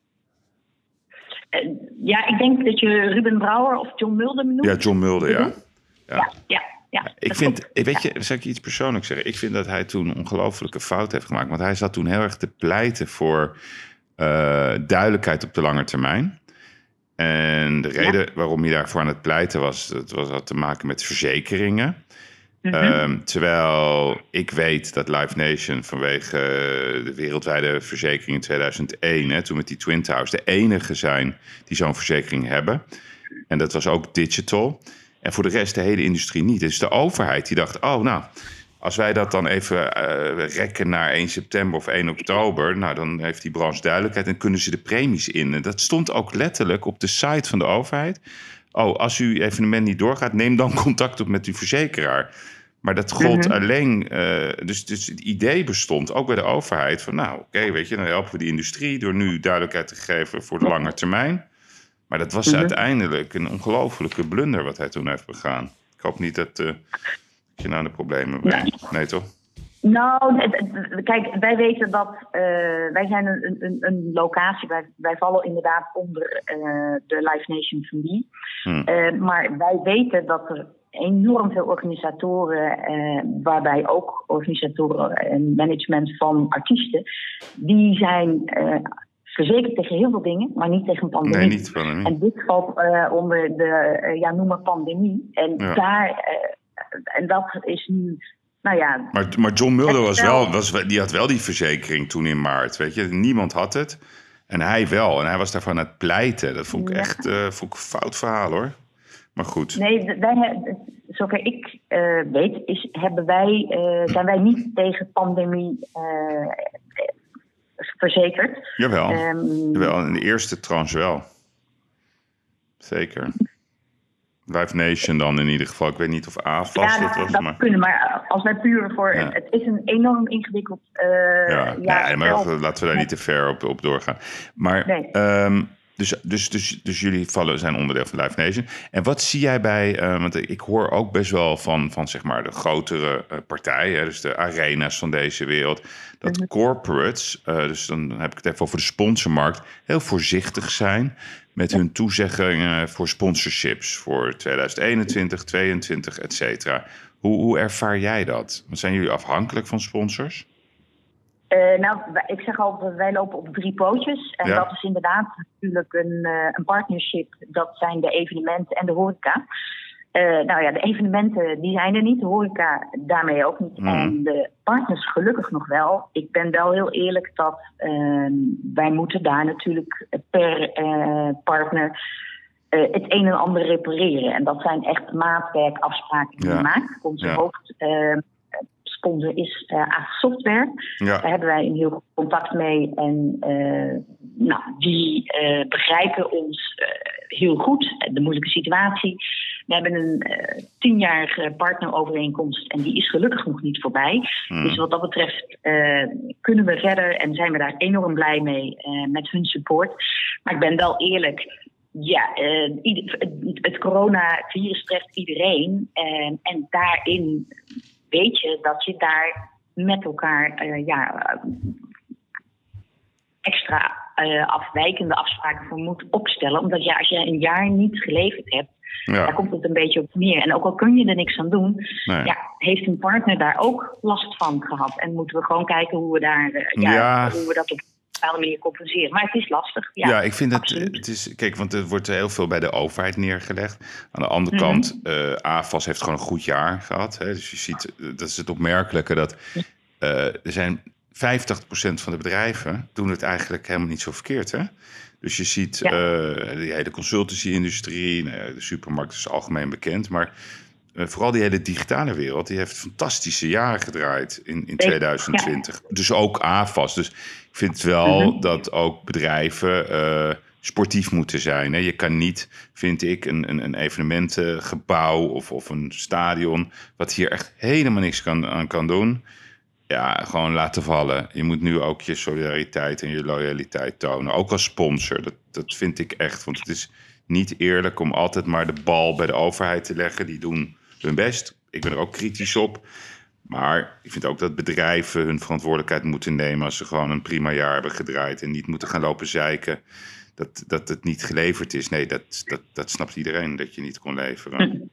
Uh, ja, ik denk dat je Ruben Brouwer of John Mulder benoemt. Ja, John Mulder, ja. Ja, ja, ja, ja ik vind, weet je, zal ik je iets persoonlijks zeggen? Ik vind dat hij toen een ongelofelijke fout heeft gemaakt. Want hij zat toen heel erg te pleiten voor uh, duidelijkheid op de lange termijn. En de reden ja. waarom hij daarvoor aan het pleiten was, dat was had te maken met verzekeringen. Mm-hmm. Um, terwijl ik weet dat Live Nation vanwege de wereldwijde verzekering in tweeduizend één... Hè, toen met die Twin Towers, de enige zijn die zo'n verzekering hebben. En dat was ook Digital. En voor de rest de hele industrie niet. Dus de overheid die dacht, oh nou, als wij dat dan even uh, rekken naar één september of één oktober... nou, dan heeft die branche duidelijkheid en kunnen ze de premies in. En dat stond ook letterlijk op de site van de overheid. Oh, als uw evenement niet doorgaat, neem dan contact op met uw verzekeraar. Maar dat gold mm-hmm. alleen... Uh, dus, dus het idee bestond, ook bij de overheid... van nou, oké, okay, weet je, dan helpen we die industrie... door nu duidelijkheid te geven voor de lange termijn. Maar dat was mm-hmm. uiteindelijk een ongelofelijke blunder... wat hij toen heeft begaan. Ik hoop niet dat, uh, dat je nou de problemen brengt. Nee, nee toch? Nou, kijk, wij weten dat... Uh, wij zijn een, een, een locatie... Wij, wij vallen inderdaad onder uh, de Live Nation familie. Hmm. Uh, maar wij weten dat er enorm veel organisatoren... Uh, waarbij ook organisatoren en management van artiesten... die zijn... Uh, verzekerd tegen heel veel dingen, maar niet tegen een pandemie. Nee, niet pandemie. En dit valt uh, onder de, uh, ja, noem maar pandemie. En ja. daar... Uh, en dat is nu... Nou ja, maar, maar John Mulder was wel, was, die had wel die verzekering toen in maart. Weet je, niemand had het. En hij wel. En hij was daarvan aan het pleiten. Dat vond ik ja. echt uh, vond ik een fout verhaal, hoor. Maar goed. Nee, wij, zover ik uh, weet, is, hebben wij, uh, zijn wij niet tegen pandemie uh, verzekerd. Jawel. Um, Jawel, in de eerste tranche wel. Zeker. Live Nation dan in ieder geval. Ik weet niet of A F A S ja, dat was. dat maar... kunnen, maar als wij puur voor... Ja. Het is een enorm ingewikkeld... Uh, ja, ja, nee, maar wel, laten we daar niet te ver op, op doorgaan. Maar, nee. um, dus, dus, dus, dus jullie vallen, zijn onderdeel van Live Nation. En wat zie jij bij... Uh, want ik hoor ook best wel van, van zeg maar de grotere uh, partijen... dus de arena's van deze wereld... dat mm-hmm. corporates, uh, dus dan heb ik het even over de sponsormarkt... heel voorzichtig zijn... met hun toezeggingen voor sponsorships voor tweeduizend eenentwintig, tweeëntwintig, et cetera. Hoe, hoe ervaar jij dat? Zijn jullie afhankelijk van sponsors? Uh, nou, ik zeg altijd, wij lopen op drie pootjes. En ja. dat is inderdaad natuurlijk een, uh, een partnership. Dat zijn de evenementen en de horeca. Uh, nou ja, de evenementen die zijn er niet. De horeca daarmee ook niet. Mm. En de partners gelukkig nog wel. Ik ben wel heel eerlijk dat uh, wij moeten daar natuurlijk per uh, partner uh, het een en ander repareren. En dat zijn echt maatwerkafspraken die ja. we maken. Onze ja. hoofd... Uh, sponsor is uh, A F A S Software. Ja. Daar hebben wij een heel goed contact mee. En uh, nou, die uh, begrijpen ons uh, heel goed. De moeilijke situatie. We hebben een uh, tienjarige partnerovereenkomst en die is gelukkig nog niet voorbij. Mm. Dus wat dat betreft uh, kunnen we verder en zijn we daar enorm blij mee uh, met hun support. Maar ik ben wel eerlijk, ja, uh, ieder, het, het coronavirus treft iedereen. Uh, en daarin weet je dat je daar met elkaar uh, ja, uh, extra uh, afwijkende afspraken voor moet opstellen. Omdat ja, als je een jaar niet geleverd hebt, ja. daar komt het een beetje op neer. En ook al kun je er niks aan doen, nee. ja, heeft een partner daar ook last van gehad. En moeten we gewoon kijken hoe we, daar, uh, ja, ja. hoe we dat op een bepaalde manier compenseren. Maar het is lastig. Ja, ja ik vind het, het is, kijk, want er wordt heel veel bij de overheid neergelegd. Aan de andere mm-hmm. kant, uh, A F A S heeft gewoon een goed jaar gehad. Hè? Dus je ziet, dat is het opmerkelijke, dat uh, er zijn vijftig procent van de bedrijven doen het eigenlijk helemaal niet zo verkeerd, hè? Dus je ziet ja. uh, die hele consultancy-industrie, nou, de supermarkt is algemeen bekend, maar uh, vooral die hele digitale wereld, die heeft fantastische jaren gedraaid in, in twintig twintig. Ja. Dus ook A F A S. Dus ik vind wel mm-hmm. dat ook bedrijven uh, sportief moeten zijn. Hè? Je kan niet, vind ik, een, een, een evenementengebouw of, of een stadion, wat hier echt helemaal niks kan, aan kan doen, ja, gewoon laten vallen. Je moet nu ook je solidariteit en je loyaliteit tonen. Ook als sponsor. Dat, dat vind ik echt. Want het is niet eerlijk om altijd maar de bal bij de overheid te leggen. Die doen hun best. Ik ben er ook kritisch op. Maar ik vind ook dat bedrijven hun verantwoordelijkheid moeten nemen als ze gewoon een prima jaar hebben gedraaid. En niet moeten gaan lopen zeiken dat, dat het niet geleverd is. Nee, dat, dat, dat snapt iedereen dat je niet kon leveren.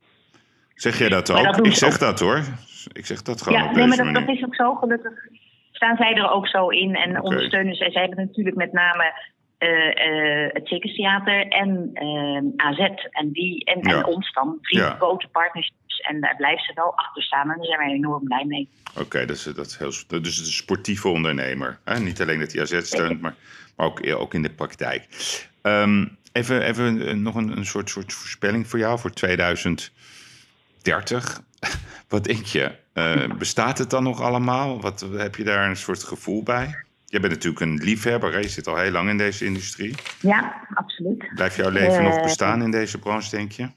Zeg jij dat ook? Dat ik zeg ook. dat hoor. Ik zeg dat gewoon ja, op nee, deze maar dat, dat is ook zo. Gelukkig staan zij er ook zo in en okay. ondersteunen zij. Zij hebben natuurlijk met name uh, uh, het Circus Theater en uh, A Z en, die, en, ja. en ons dan. Drie ja. grote partnerships. En daar blijven ze wel achter staan. En daar zijn wij enorm blij mee. Oké, okay, dus, dat is heel, dus een sportieve ondernemer. Hè? Niet alleen dat hij A Z steunt, maar, maar ook, ook in de praktijk. Um, even, even nog een, een soort, soort voorspelling voor jou voor twintig dertig. Wat denk je? Uh, bestaat het dan nog allemaal? Wat, heb je daar een soort gevoel bij? Jij bent natuurlijk een liefhebber. Hè? Je zit al heel lang in deze industrie. Ja, absoluut. Blijft jouw leven uh, nog bestaan in deze branche, denk je?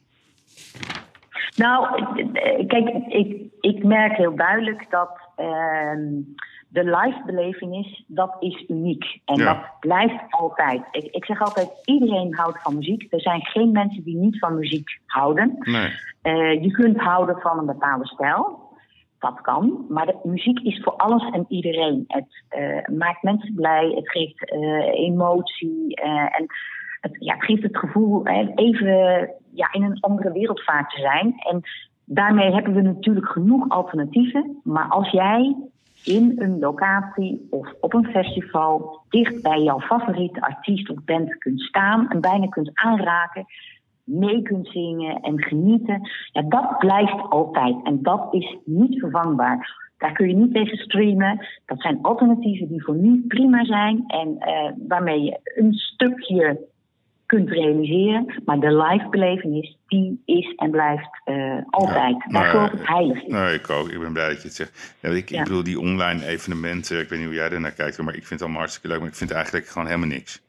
Nou, kijk, ik, ik merk heel duidelijk dat uh, de live-beleving is, dat is uniek. En ja. dat blijft altijd. Ik, ik zeg altijd, iedereen houdt van muziek. Er zijn geen mensen die niet van muziek houden. Nee. Uh, je kunt houden van een bepaalde stijl. Dat kan. Maar de muziek is voor alles en iedereen. Het uh, maakt mensen blij. Het geeft uh, emotie. Uh, en het, ja, het geeft het gevoel uh, even ja, in een andere wereldvaart te zijn. En daarmee hebben we natuurlijk genoeg alternatieven. Maar als jij in een locatie of op een festival dicht bij jouw favoriete artiest of band kunt staan en bijna kunt aanraken, mee kunt zingen en genieten, ja, dat blijft altijd. En dat is niet vervangbaar. Daar kun je niet tegen streamen. Dat zijn alternatieven die voor nu prima zijn en uh, waarmee je een stukje kunt realiseren. Maar de live-belevenis, die is en blijft uh, altijd. Ja, maar, Daarvoor het heilig is. Nou, ik ook. Ik ben blij dat je het zegt. Ja, ik, ja. ik bedoel, die online evenementen, ik weet niet hoe jij er naar kijkt, maar ik vind het allemaal hartstikke leuk, maar ik vind eigenlijk gewoon helemaal niks.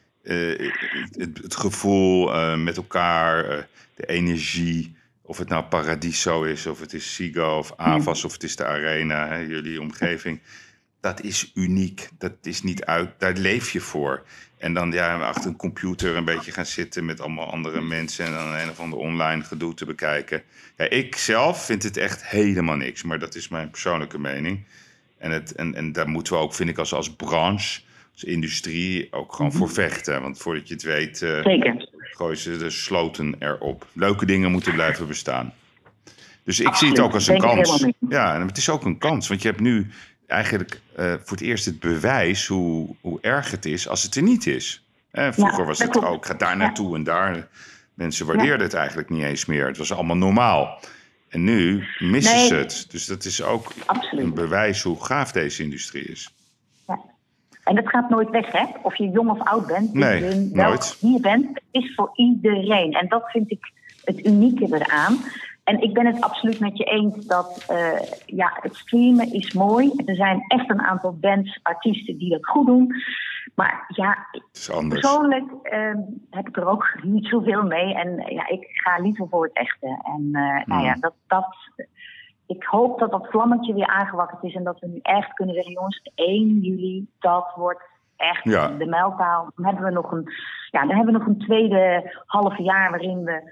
Uh, het, het gevoel uh, met elkaar, uh, de energie, of het nou Paradiso is, of het is Sigo, of A F A S, of het is de Arena, hè, jullie omgeving. Dat is uniek. Dat is niet uit. Daar leef je voor. En dan ja, achter een computer een beetje gaan zitten met allemaal andere mensen en dan een of ander online gedoe te bekijken. Ja, ik zelf vind het echt helemaal niks, maar dat is mijn persoonlijke mening. En, het, en, en daar moeten we ook, vind ik, als, als branche, als industrie ook gewoon voor vechten. Want voordat je het weet, uh, Zeker. gooien ze de sloten erop. Leuke dingen moeten blijven bestaan. Dus ik Absoluut. zie het ook als een Denk kans. Ja, en het is ook een kans, want je hebt nu eigenlijk uh, voor het eerst het bewijs hoe, hoe erg het is als het er niet is. Eh, vroeger ja, was het ook, ga daar naartoe ja. en daar. Mensen waardeerden ja. het eigenlijk niet eens meer. Het was allemaal normaal. En nu missen nee. ze het. Dus dat is ook Absoluut. een bewijs hoe gaaf deze industrie is. Ja. En dat gaat nooit weg, hè? Of je jong of oud bent. Nee, je nooit. Hier bent, is voor iedereen. En dat vind ik het unieke eraan. en ik ben het absoluut met je eens dat uh, ja, het streamen is mooi. Er zijn echt een aantal bands, artiesten die dat goed doen. Maar ja, persoonlijk uh, heb ik er ook niet zoveel mee. En uh, ja, ik ga liever voor het echte. En uh, mm. nou ja, dat, dat, ik hoop dat dat vlammetje weer aangewakkerd is. En dat we nu echt kunnen zeggen, jongens, één juli, dat wordt echt ja. de mijlpaal. Dan hebben we nog een, ja, dan hebben we nog een tweede half jaar waarin we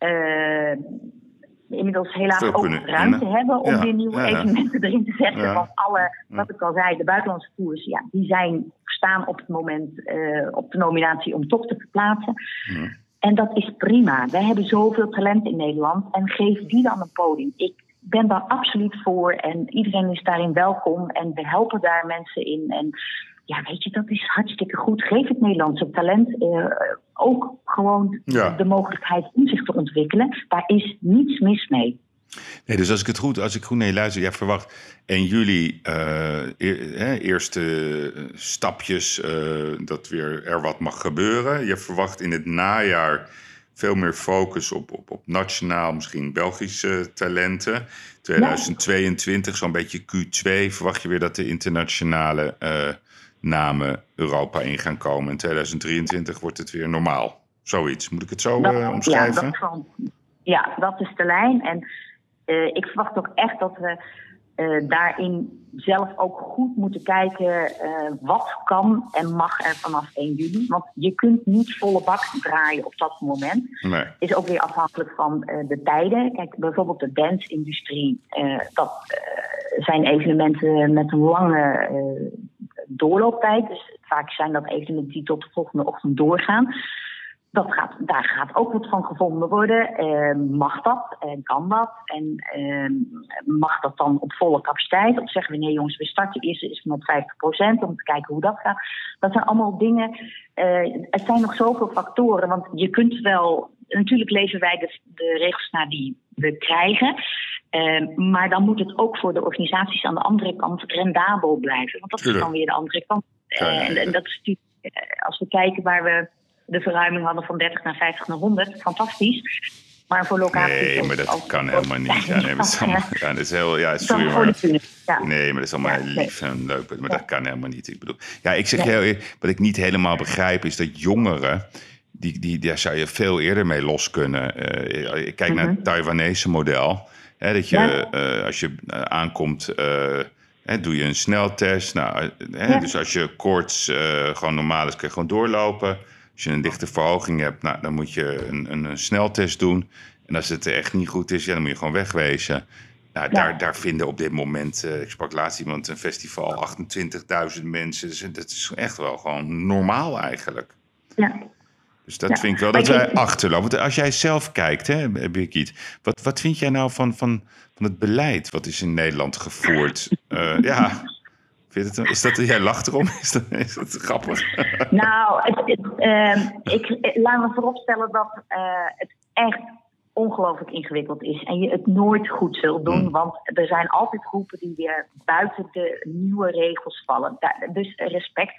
uh, inmiddels helaas ook ruimte rennen. hebben om ja. weer nieuwe ja, ja. evenementen erin te zetten. Ja. Want alle, wat ik al zei, de buitenlandse tours, ja, die zijn staan op het moment uh, op de nominatie om toch te verplaatsen. Ja. En dat is prima. Wij hebben zoveel talent in Nederland en geef die dan een podium. Ik ben daar absoluut voor en iedereen is daarin welkom en we helpen daar mensen in. En ja, weet je, dat is hartstikke goed. Geef het Nederlandse talent uh, ook gewoon ja. de mogelijkheid om zich te ontwikkelen. Daar is niets mis mee. Nee, dus als ik het goed, als ik goed naar je luister, jij verwacht één juli uh, e- eerste stapjes uh, dat weer er wat mag gebeuren. Je verwacht in het najaar veel meer focus op, op, op nationaal, misschien Belgische talenten. tweeduizend tweeëntwintig, ja. zo'n beetje Q twee, verwacht je weer dat de internationale uh, namen Europa in gaan komen. In tweeduizend drieëntwintig wordt het weer normaal. Zoiets. Moet ik het zo uh, omschrijven? Ja, dat, kan. ja, dat is de lijn. En uh, ik verwacht ook echt dat we uh, daarin zelf ook goed moeten kijken uh, wat kan en mag er vanaf één juli. Want je kunt niet volle bak draaien op dat moment. Nee. Is ook weer afhankelijk van uh, de tijden. Kijk, bijvoorbeeld de dance-industrie. Uh, dat uh, zijn evenementen met een lange uh, doorlooptijd. Dus vaak zijn dat evenementen die tot de volgende ochtend doorgaan. Dat gaat, daar gaat ook wat van gevonden worden. Uh, mag dat en kan dat? En uh, mag dat dan op volle capaciteit? Of zeggen we nee jongens, we starten eerst eens met vijftig procent om te kijken hoe dat gaat. Dat zijn allemaal dingen. Uh, het zijn nog zoveel factoren. Want je kunt wel... Natuurlijk leven wij de, de regels naar die we krijgen. Uh, maar dan moet het ook voor de organisaties aan de andere kant rendabel blijven. Want dat is dan weer de andere kant. Uh, en, en dat is natuurlijk... Uh, als we kijken waar we... de verruiming hadden van dertig naar vijftig naar honderd. Fantastisch. Maar voor locaties... Nee, maar dat als, kan helemaal niet. Ja, nee, dat is allemaal, ja, dat is heel... Ja, sorry, maar, ja. Nee, maar dat is allemaal ja, lief en leuk. Maar ja. dat kan helemaal niet. Ik bedoel... Ja, ik zeg heel eerlijk... Wat ik niet helemaal begrijp is dat jongeren... Die, die, daar zou je veel eerder mee los kunnen. Uh, ik kijk mm-hmm. naar het Taiwanese model. Hè, dat je, ja. uh, als je uh, aankomt... Uh, He, doe je een sneltest. Nou, he, ja. Dus als je koorts uh, gewoon normaal is, kun je gewoon doorlopen. Als je een lichte verhoging hebt, nou, dan moet je een, een, een sneltest doen. En als het echt niet goed is, ja, dan moet je gewoon wegwezen. Nou, ja. daar, daar vinden op dit moment, uh, ik sprak laatst iemand, een festival, achtentwintigduizend mensen. Dus dat is echt wel gewoon normaal eigenlijk. Ja. Dus dat ja. vind ik wel dat wij achterlopen. Want als jij zelf kijkt, hè, Birgit, wat, wat vind jij nou van, van, van het beleid wat is in Nederland gevoerd? uh, ja, vind het, is dat, jij lacht erom? Is dat, is dat grappig? Nou, het, het, uh, ik, laat me vooropstellen dat uh, het echt ongelooflijk ingewikkeld is. En je het nooit goed zult doen. Hmm. Want er zijn altijd groepen die weer buiten de nieuwe regels vallen. Daar, dus respect.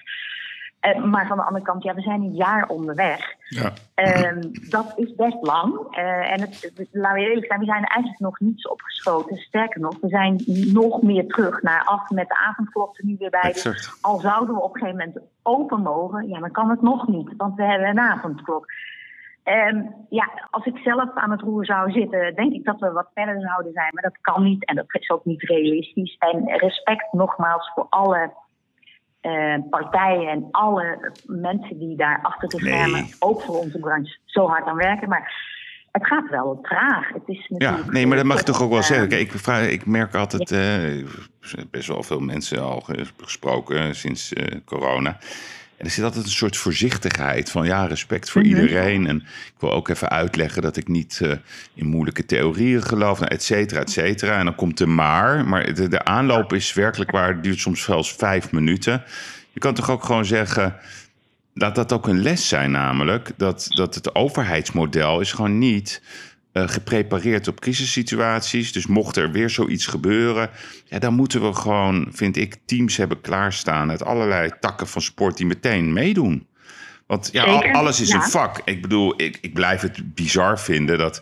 Uh, maar van de andere kant, ja, we zijn een jaar onderweg. Ja. Uh, dat is best lang. Uh, en het, het, laten we eerlijk zijn, we zijn er eigenlijk nog niets opgeschoten. Sterker nog, we zijn nog meer terug naar af met de avondklok er nu weer bij. Dus al zouden we op een gegeven moment open mogen, ja, dan kan het nog niet. Want we hebben een avondklok. Um, ja, als ik zelf aan het roer zou zitten, denk ik dat we wat verder zouden zijn. Maar dat kan niet en dat is ook niet realistisch. En respect nogmaals voor alle... Uh, partijen en alle mensen die daar achter de schermen, nee. ook voor onze branche, zo hard aan werken. Maar het gaat wel traag. Het is ja, nee, maar dat mag je toch ook wel uh, zeggen. Kijk, ik, vraag, ik merk altijd, ja. uh, best wel veel mensen al gesproken sinds uh, corona. En er zit altijd een soort voorzichtigheid van ja, respect voor mm-hmm. iedereen. En ik wil ook even uitleggen dat ik niet uh, in moeilijke theorieën geloof, nou, et cetera, et cetera. En dan komt de maar. Maar de, de aanloop is werkelijk waar, het duurt soms zelfs vijf minuten. Je kan toch ook gewoon zeggen, laat dat ook een les zijn namelijk. Dat, dat het overheidsmodel is gewoon niet uh, geprepareerd op crisissituaties. Dus mocht er weer zoiets gebeuren, ja, dan moeten we gewoon, vind ik, teams hebben klaarstaan uit allerlei takken van sport die meteen meedoen. Want ja, Zeker, alles is ja. een vak. Ik bedoel, ik, ik blijf het bizar vinden dat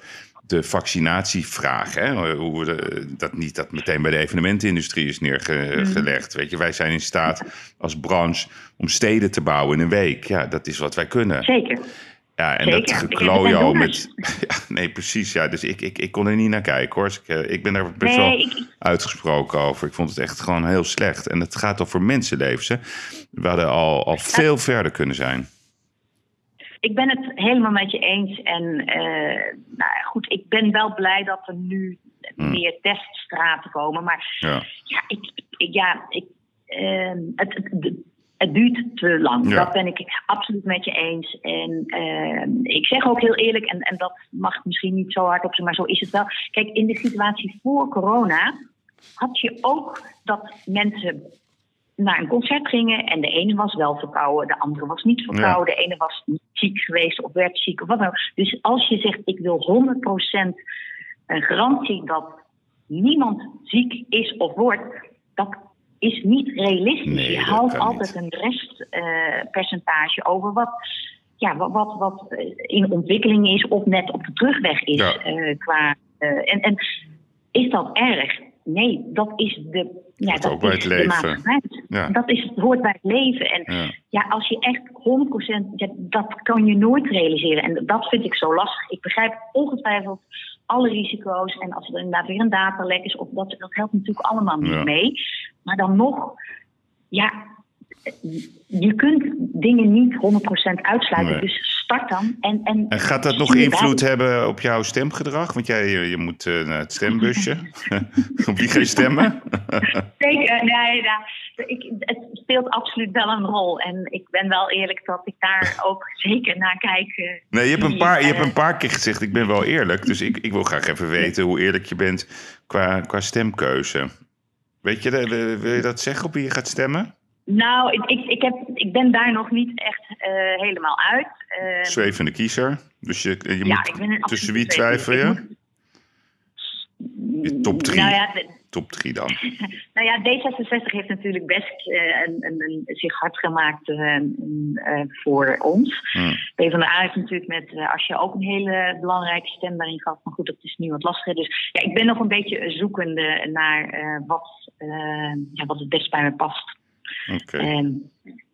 de vaccinatievraag. Hè? Hoe we dat niet dat meteen bij de evenementenindustrie is neergelegd. Mm. Weet je, wij zijn in staat als branche om steden te bouwen in een week. Ja, dat is wat wij kunnen. Zeker. Ja, en Zeker. dat geklojo met... Ja, nee, precies. Ja, dus ik, ik, ik kon er niet naar kijken, hoor. Dus ik, ik ben daar best nee, wel ik... uitgesproken over. Ik vond het echt gewoon heel slecht. En het gaat toch voor mensenlevens, hè? We hadden al, al veel ja. verder kunnen zijn. Ik ben het helemaal met je eens. En uh, nou goed, ik ben wel blij dat er nu hmm. meer teststraten komen. Maar ja, ja ik... ik, ja, ik uh, het, het, het duurt te lang. Ja. Dat ben ik absoluut met je eens. En uh, ik zeg ook heel eerlijk, en, en dat mag misschien niet zo hard op zijn, maar zo is het wel. Kijk, in de situatie voor corona had je ook dat mensen naar een concert gingen en de ene was wel verkouden, de andere was niet verkouden, ja. de ene was niet ziek geweest of werd ziek of wat dan ook. Dus als je zegt, ik wil honderd procent garantie dat niemand ziek is of wordt, dat is niet realistisch. Nee, je houdt altijd niet. een restpercentage uh, over wat, ja, wat, wat, wat in ontwikkeling is of net op de terugweg is. Ja. Uh, qua, uh, en, en is dat erg? Nee, dat is de, ja, dat ook bij het leven. Ja. Dat is, het hoort bij het leven. En ja, ja als je echt honderd procent... Ja, dat kan je nooit realiseren. En dat vind ik zo lastig. Ik begrijp ongetwijfeld alle risico's. En als er inderdaad weer een datalek is, of dat, dat helpt natuurlijk allemaal niet ja. mee. Maar dan nog, ja, je kunt dingen niet honderd procent uitsluiten. Nee. Dus start dan. En, en, en gaat dat nog invloed bij. hebben op jouw stemgedrag? Want jij je, je moet uh, naar het stembusje. Op wie ga je stemmen? Zeker, nee, ja, ik, het speelt absoluut wel een rol. En ik ben wel eerlijk dat ik daar ook zeker naar kijk. Uh, nee, je hebt, een paar, je hebt een paar keer gezegd, ik ben wel eerlijk. Dus ik, ik wil graag even weten hoe eerlijk je bent qua, qua stemkeuze. Weet je, wil je dat zeggen op wie je gaat stemmen? Nou, ik, ik, ik, heb, ik ben daar nog niet echt uh, helemaal uit. Uh, Zwevende kiezer. Dus je, je ja, moet tussen wie twijfel je? je top drie. Nou ja, de, top drie dan. Nou ja, D zesenzestig heeft natuurlijk best uh, een, een, een, zich hard gemaakt uh, uh, voor ons. Hmm. PvdA heeft natuurlijk met uh, als je ook een hele belangrijke stem daarin gehad. Maar goed, dat is nu wat lastiger. Dus ja, ik ben nog een beetje zoekende naar uh, wat, uh, ja, wat het best bij me past. Oké, okay. um,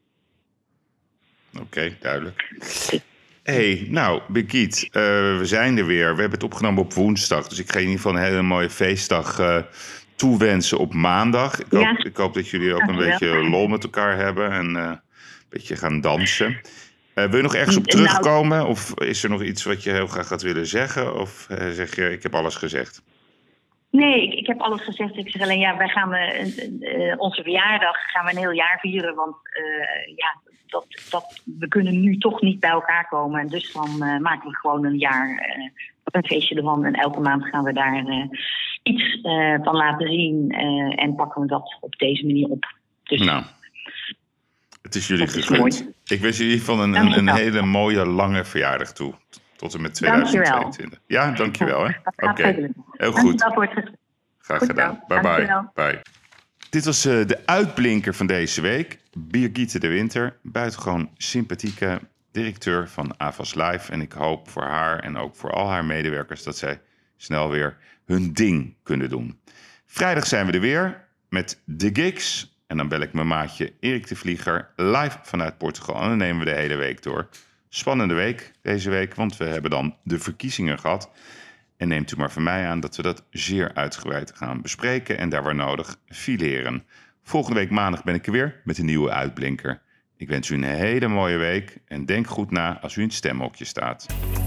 okay, duidelijk. Hey, nou, Birgit, uh, we zijn er weer. We hebben het opgenomen op woensdag. Dus ik ga je in ieder geval een hele mooie feestdag uh, toewensen op maandag. Ik hoop, ja. ik hoop dat jullie ook een Dankjewel. beetje lol met elkaar hebben en uh, een beetje gaan dansen. Uh, wil je nog ergens op terugkomen? Nou, of is er nog iets wat je heel graag had willen zeggen? Of uh, zeg je, ik heb alles gezegd? Nee, ik, ik heb alles gezegd. Ik zeg alleen, ja, wij gaan uh, uh, onze verjaardag gaan we een heel jaar vieren. Want uh, ja, dat, dat, we kunnen nu toch niet bij elkaar komen. En dus dan uh, maken we gewoon een jaar uh, een feestje ervan. En elke maand gaan we daar uh, iets uh, van laten zien. Uh, en pakken we dat op deze manier op. Dus, nou, het is jullie gegund. Ik wens jullie van een, een, een hele mooie, lange verjaardag toe. Tot en met tweeduizend tweeëntwintig. Dankjewel. Ja, dankjewel. Oké, okay. Heel goed. Graag goed gedaan. Bye bye. Bye. Dit was uh, de uitblinker van deze week. Birgitte de Winter, buitengewoon sympathieke directeur van Avas Live. En ik hoop voor haar en ook voor al haar medewerkers dat zij snel weer hun ding kunnen doen. Vrijdag zijn we er weer met de gigs. En dan bel ik mijn maatje Erik de Vlieger live vanuit Portugal. En dan nemen we de hele week door. Spannende week deze week, want we hebben dan de verkiezingen gehad. En neemt u maar van mij aan dat we dat zeer uitgebreid gaan bespreken en daar waar nodig fileren. Volgende week maandag ben ik er weer met een nieuwe uitblinker. Ik wens u een hele mooie week en denk goed na als u in het stemhokje staat.